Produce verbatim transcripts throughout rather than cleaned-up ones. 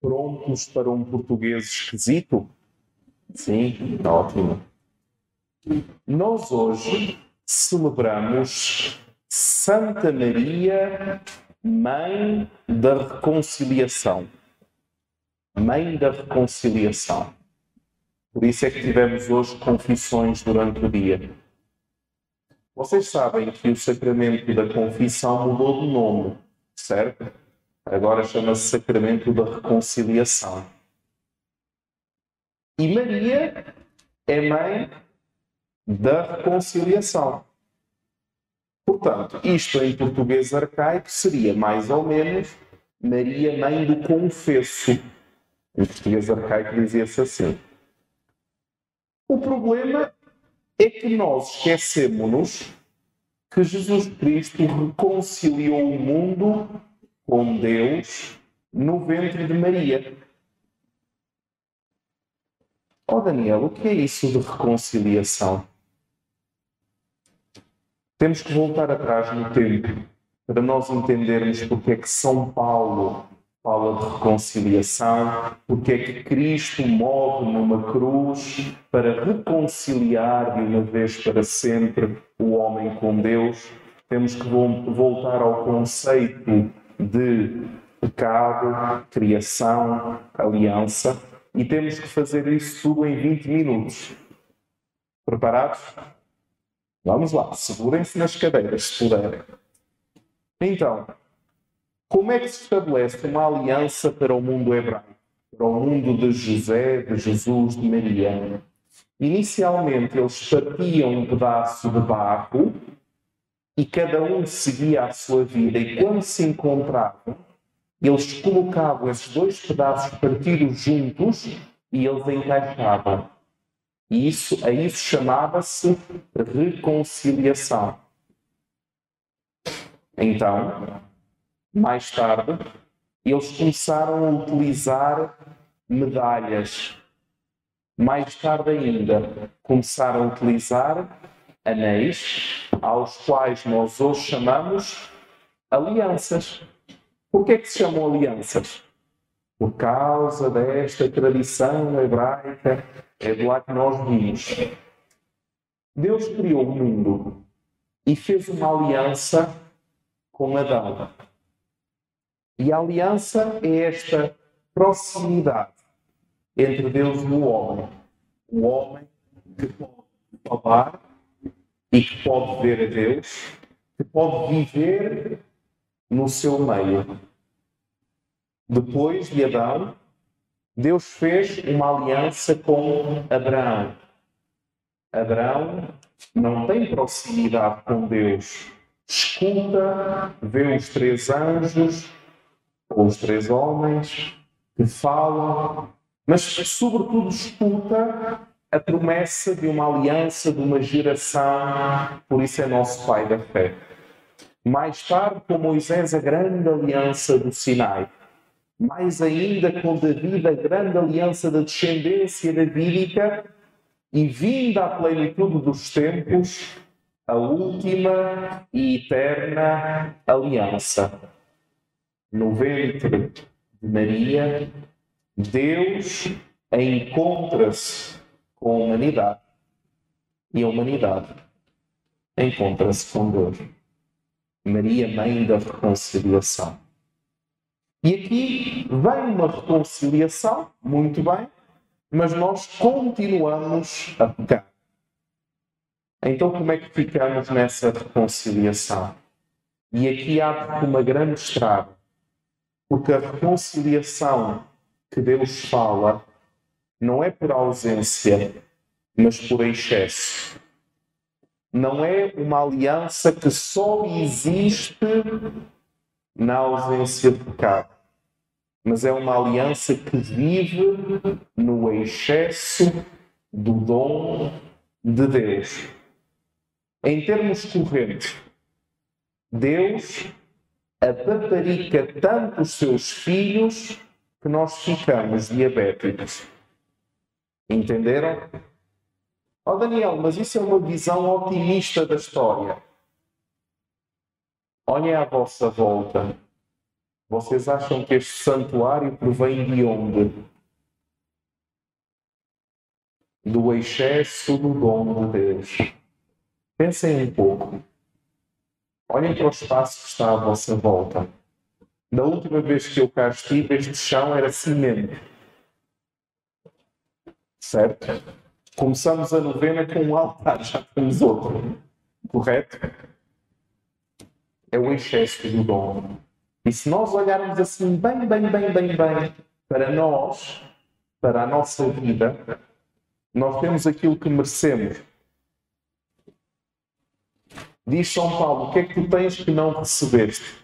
Prontos para um português esquisito? Sim, ótimo. Nós hoje celebramos Santa Maria, Mãe da Reconciliação. Mãe da Reconciliação. Por isso é que tivemos hoje confissões durante o dia. Vocês sabem que o sacramento da confissão mudou de nome, certo? Agora chama-se Sacramento da Reconciliação. E Maria é mãe da reconciliação. Portanto, isto em português arcaico seria mais ou menos Maria, mãe do confesso. Em português arcaico dizia-se assim. O problema é que nós esquecemos-nos que Jesus Cristo reconciliou o mundo com Deus no ventre de Maria. Oh Daniel, o que é isso de reconciliação? Temos que voltar atrás no tempo para nós entendermos porque é que São Paulo fala de reconciliação, porque é que Cristo morre numa cruz para reconciliar de uma vez para sempre o homem com Deus. Temos que voltar ao conceito de pecado, criação, aliança, e temos que fazer isso tudo em vinte minutos. Preparados? Vamos lá, segurem-se nas cadeiras, se puderem. Então, como é que se estabelece uma aliança para o mundo hebraico? Para o mundo de José, de Jesus, de Maria? Inicialmente, eles partiam um pedaço de barro e cada um seguia a sua vida. E quando se encontravam, eles colocavam esses dois pedaços partidos juntos e eles encaixavam. E isso, a isso chamava-se reconciliação. Então, mais tarde, eles começaram a utilizar medalhas. Mais tarde ainda, começaram a utilizar anéis, aos quais nós hoje chamamos alianças. Por que é que se chamam alianças? Por causa desta tradição hebraica, é de lá que nós vimos. Deus criou o mundo e fez uma aliança com Adão. E a aliança é esta proximidade entre Deus e o homem. O homem que pode falar e que pode ver a Deus, que pode viver no seu meio. Depois de Adão, Deus fez uma aliança com Abraão. Abraão não tem proximidade com Deus. Escuta, vê os três anjos, ou os três homens, que falam, mas sobretudo escuta a promessa de uma aliança, de uma geração, por isso é nosso pai da fé. Mais tarde, com Moisés, a grande aliança do Sinai. Mais ainda, com David, a grande aliança da descendência davídica. E vinda à plenitude dos tempos, a última e eterna aliança. No ventre de Maria, Deus encontra-se com a humanidade. E a humanidade encontra-se com Deus. Maria, mãe da reconciliação. E aqui vem uma reconciliação, muito bem, mas nós continuamos a pecar. Então, como é que ficamos nessa reconciliação? E aqui há uma grande estrada, porque a reconciliação que Deus fala não é por ausência, mas por excesso. Não é uma aliança que só existe na ausência de pecado, mas é uma aliança que vive no excesso do dom de Deus. Em termos correntes, Deus apaparica tanto os seus filhos que nós ficamos diabéticos. Entenderam? Oh Daniel, mas isso é uma visão otimista da história. Olhem à vossa volta. Vocês acham que este santuário provém de onde? Do excesso do dom de Deus. Pensem um pouco. Olhem para o espaço que está à vossa volta. Da última vez que eu cá estive, este chão era cimento. Certo? Começamos a novena com um altar, já temos outro. Correto? É o excesso do dom. E se nós olharmos assim bem, bem, bem, bem, bem para nós, para a nossa vida, nós temos aquilo que merecemos. Diz São Paulo, o que é que tu tens que não recebeste?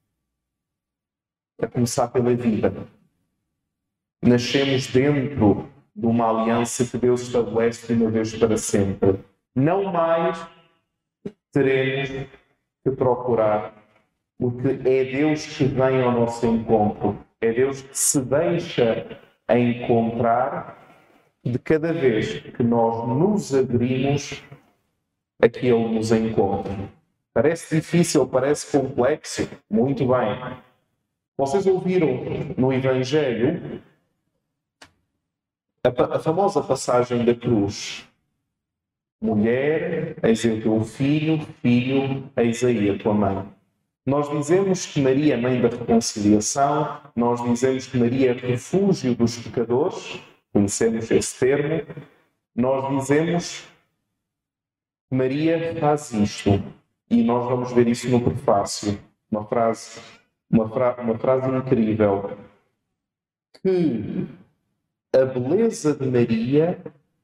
A começar pela vida. Nascemos dentro de uma aliança que Deus estabelece de uma vez para sempre. Não mais teremos que procurar, porque é Deus que vem ao nosso encontro. É Deus que se deixa encontrar de cada vez que nós nos abrimos a que Ele nos encontra. Parece difícil, parece complexo. Muito bem. Vocês ouviram no Evangelho a, a famosa passagem da cruz. Mulher, eis o teu filho, filho, eis aí a tua mãe. Nós dizemos que Maria é mãe da reconciliação, nós dizemos que Maria é refúgio dos pecadores, conhecemos esse termo, nós dizemos que Maria faz isto, e nós vamos ver isso no prefácio, uma frase, uma, fra uma frase incrível, que a beleza de Maria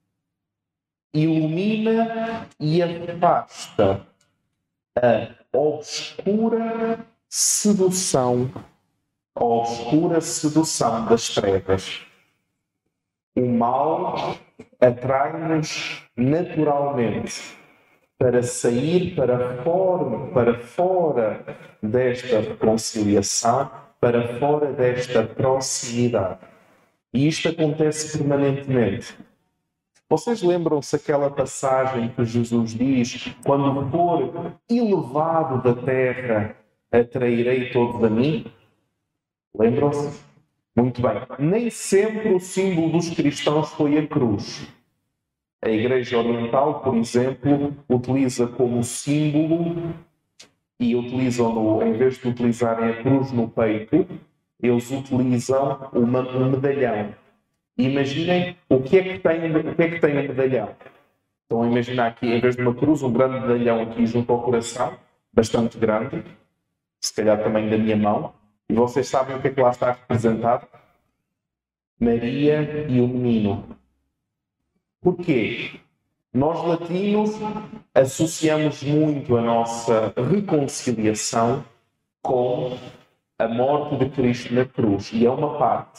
ilumina e afasta a obscura sedução, a obscura sedução das trevas. O mal atrai-nos naturalmente para sair para fora, para fora desta reconciliação, para fora desta proximidade. E isto acontece permanentemente. Vocês lembram-se aquela passagem que Jesus diz: quando for elevado da terra, atrairei todos a mim? Lembram-se? Muito bem. Nem sempre o símbolo dos cristãos foi a cruz. A Igreja Oriental, por exemplo, utiliza como símbolo, e utilizam, em vez de utilizarem a cruz no peito, eles utilizam uma, um medalhão. Imaginem o que é que tem o que é que tem um medalhão. Estão a imaginar aqui, em vez de uma cruz, um grande medalhão aqui junto ao coração, bastante grande, se calhar também da minha mão. E vocês sabem o que é que lá está representado? Maria e o menino. Porquê? Nós latinos associamos muito a nossa reconciliação com a morte de Cristo na cruz. E é uma parte.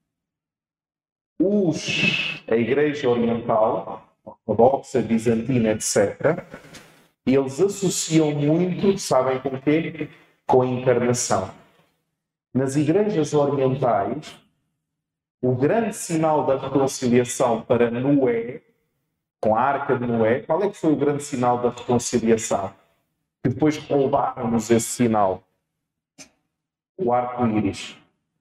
Os, a Igreja Oriental, ortodoxa, bizantina, etcétera, eles associam muito, sabem com o quê? Com a encarnação. Nas igrejas orientais, o grande sinal da reconciliação para Noé, com a Arca de Noé, qual é que foi o grande sinal da reconciliação? Que depois roubaram-nos esse sinal. O arco-íris.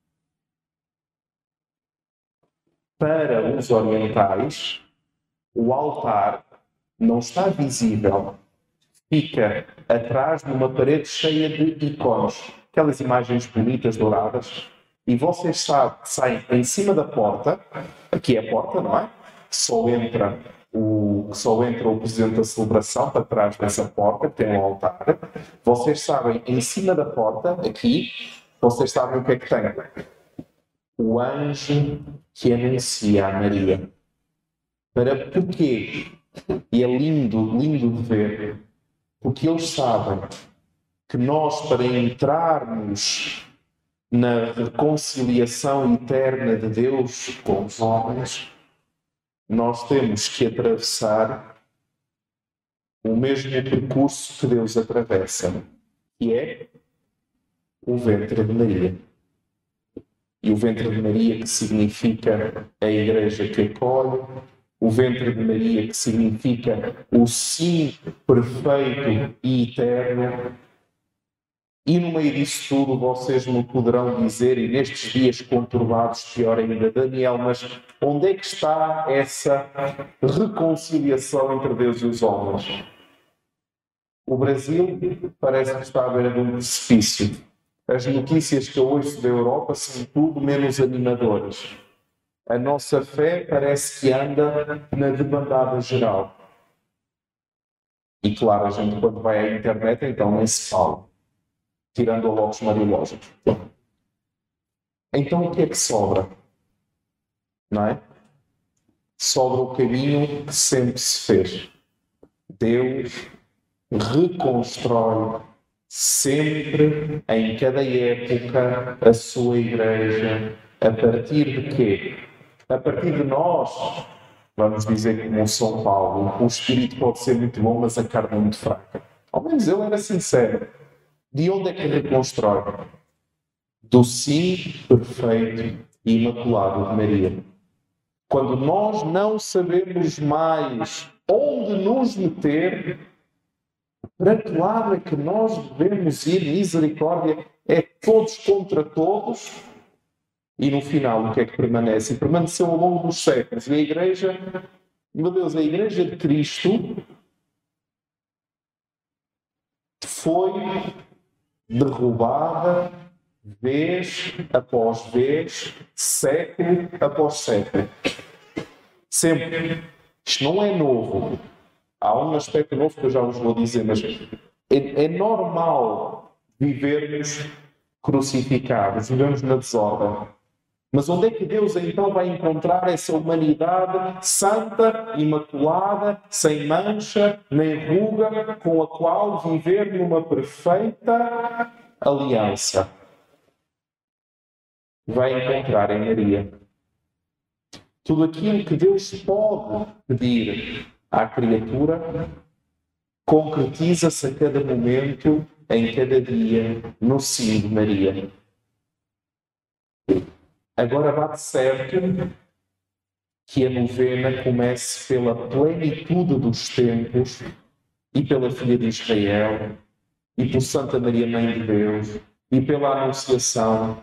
Para os orientais, o altar não está visível. Fica atrás de uma parede cheia de ícones. Aquelas imagens bonitas, douradas. E vocês sabem que saem em cima da porta. Aqui é a porta, não é? Só entra o, só entra o presidente da celebração para trás dessa porta, que tem um altar. Vocês sabem, em cima da porta, aqui, vocês sabem o que é que tem? O anjo que anuncia a Maria. Para porquê? E é lindo, lindo de ver. Porque eles sabem que nós, para entrarmos na reconciliação eterna de Deus com os homens, nós temos que atravessar o mesmo percurso que Deus atravessa, que é o ventre de Maria. E o ventre de Maria, que significa a Igreja que acolhe, o ventre de Maria, que significa o sim perfeito e eterno, E no meio disso tudo, vocês me poderão dizer, e nestes dias conturbados, pior ainda, Daniel, mas onde é que está essa reconciliação entre Deus e os homens? O Brasil parece que está à beira de um precipício. As notícias que eu ouço da Europa são tudo menos animadoras. A nossa fé parece que anda na debandada geral. E claro, a gente quando vai à internet, então nem se fala. Tirando logos mariológicos. Então o que é que sobra? Não é? Sobra o caminho que sempre se fez. Deus reconstrói sempre, em cada época, a sua igreja. A partir de quê? A partir de nós, vamos dizer como o São Paulo, o espírito pode ser muito bom, mas a carne é muito fraca. Ao menos ele era sincero. De onde é que reconstrói? Do sim perfeito e imaculado de Maria. Quando nós não sabemos mais onde nos meter, para que lado é que nós devemos ir? Misericórdia é todos contra todos. E no final, o que é que permanece? E permaneceu ao longo dos séculos. E a Igreja, meu Deus, a Igreja de Cristo foi derrubada vez após vez, século após século. Sempre. Isto não é novo. Há um aspecto novo que eu já vos vou dizer, mas é, é normal vivermos crucificados, vivemos na desordem. Mas onde é que Deus então vai encontrar essa humanidade santa, imaculada, sem mancha, nem ruga, com a qual viver numa perfeita aliança? Vai encontrar em Maria. Tudo aquilo que Deus pode pedir à criatura concretiza-se a cada momento, em cada dia, no sim de Maria. Agora bate certo que a novena comece pela plenitude dos tempos e pela Filha de Israel e por Santa Maria Mãe de Deus e pela Anunciação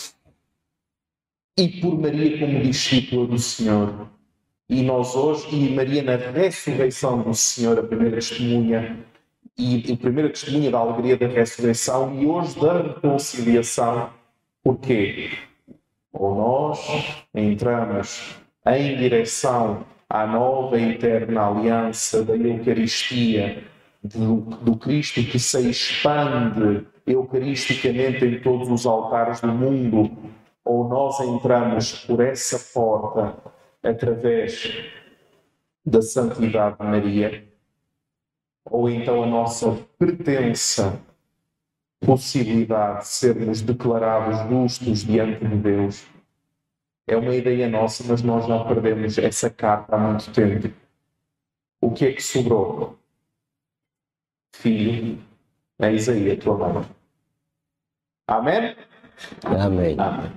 e por Maria como discípula do Senhor. E nós hoje, e Maria na ressurreição do Senhor, a primeira testemunha, e a primeira testemunha da alegria da ressurreição e hoje da reconciliação. Porquê? Ou nós entramos em direção à nova e eterna aliança da Eucaristia, do, do Cristo que se expande eucaristicamente em todos os altares do mundo, ou nós entramos por essa porta através da santidade de Maria, ou então a nossa pretensa possibilidade de sermos declarados justos diante de Deus. É uma ideia nossa, mas nós já perdemos essa carta há muito tempo. O que é que sobrou? Filho, eis aí a tua mãe. Amém? Amém. Amém.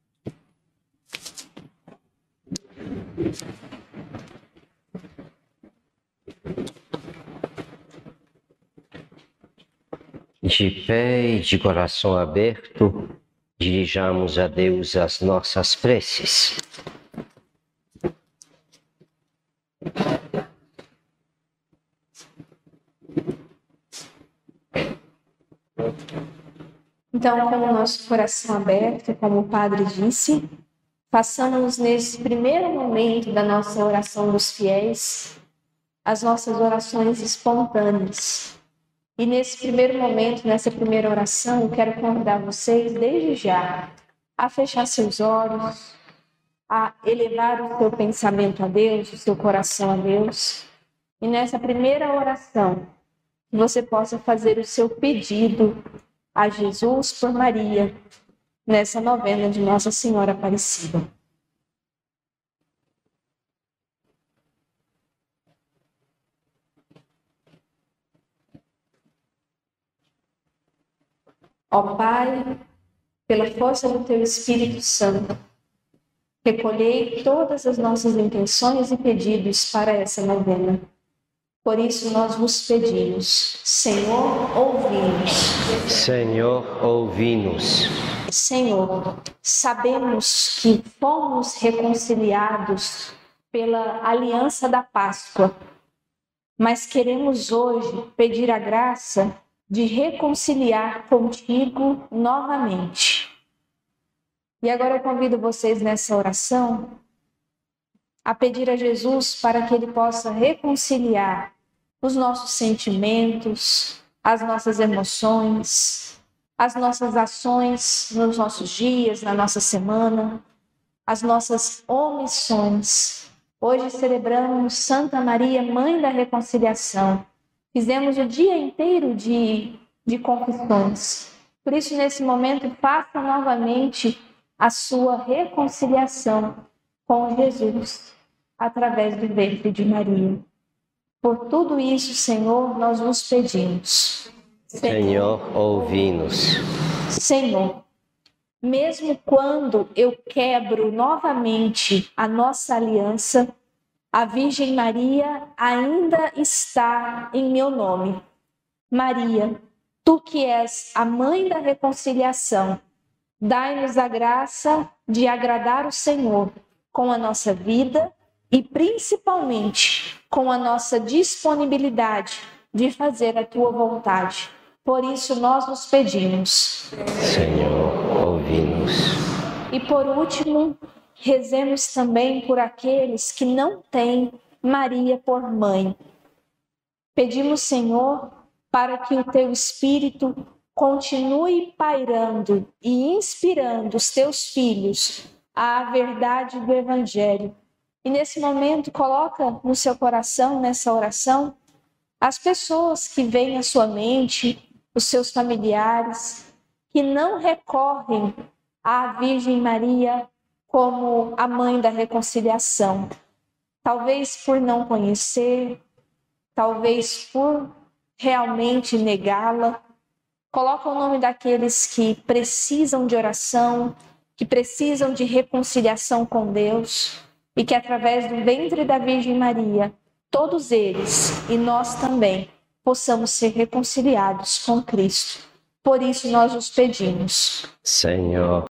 De pé e de coração aberto, dirijamos a Deus as nossas preces. Então, com o nosso coração aberto, como o Padre disse, façamos nesse primeiro momento da nossa oração dos fiéis, as nossas orações espontâneas. E nesse primeiro momento, nessa primeira oração, eu quero convidar vocês, desde já, a fechar seus olhos, a elevar o seu pensamento a Deus, o seu coração a Deus. E nessa primeira oração, que você possa fazer o seu pedido a Jesus por Maria, nessa novena de Nossa Senhora Aparecida. Ó Pai, pela força do Teu Espírito Santo, recolhei todas as nossas intenções e pedidos para essa novena. Por isso nós vos pedimos, Senhor, ouvi-nos. Senhor, ouvi-nos. Senhor, sabemos que fomos reconciliados pela aliança da Páscoa, mas queremos hoje pedir a graça de reconciliar contigo novamente. E agora eu convido vocês nessa oração a pedir a Jesus para que Ele possa reconciliar os nossos sentimentos, as nossas emoções, as nossas ações nos nossos dias, na nossa semana, as nossas omissões. Hoje celebramos Santa Maria, Mãe da Reconciliação. Fizemos o dia inteiro de, de confissões. Por isso, nesse momento, faça novamente a sua reconciliação com Jesus, através do ventre de Maria. Por tudo isso, Senhor, nós vos pedimos. Senhor, ouvi-nos. Senhor, mesmo quando eu quebro novamente a nossa aliança, a Virgem Maria ainda está em meu nome. Maria, tu que és a Mãe da Reconciliação, dai-nos a graça de agradar o Senhor com a nossa vida e principalmente com a nossa disponibilidade de fazer a tua vontade. Por isso nós nos pedimos. Senhor, ouvi-nos. E por último, rezemos também por aqueles que não têm Maria por mãe. Pedimos, Senhor, para que o teu Espírito continue pairando e inspirando os teus filhos à verdade do Evangelho. E nesse momento, coloca no seu coração, nessa oração, as pessoas que vêm à sua mente, os seus familiares, que não recorrem à Virgem Maria como a Mãe da Reconciliação. Talvez por não conhecer, talvez por realmente negá-la. Coloca o nome daqueles que precisam de oração, que precisam de reconciliação com Deus e que através do ventre da Virgem Maria, todos eles e nós também possamos ser reconciliados com Cristo. Por isso nós os pedimos. Senhor,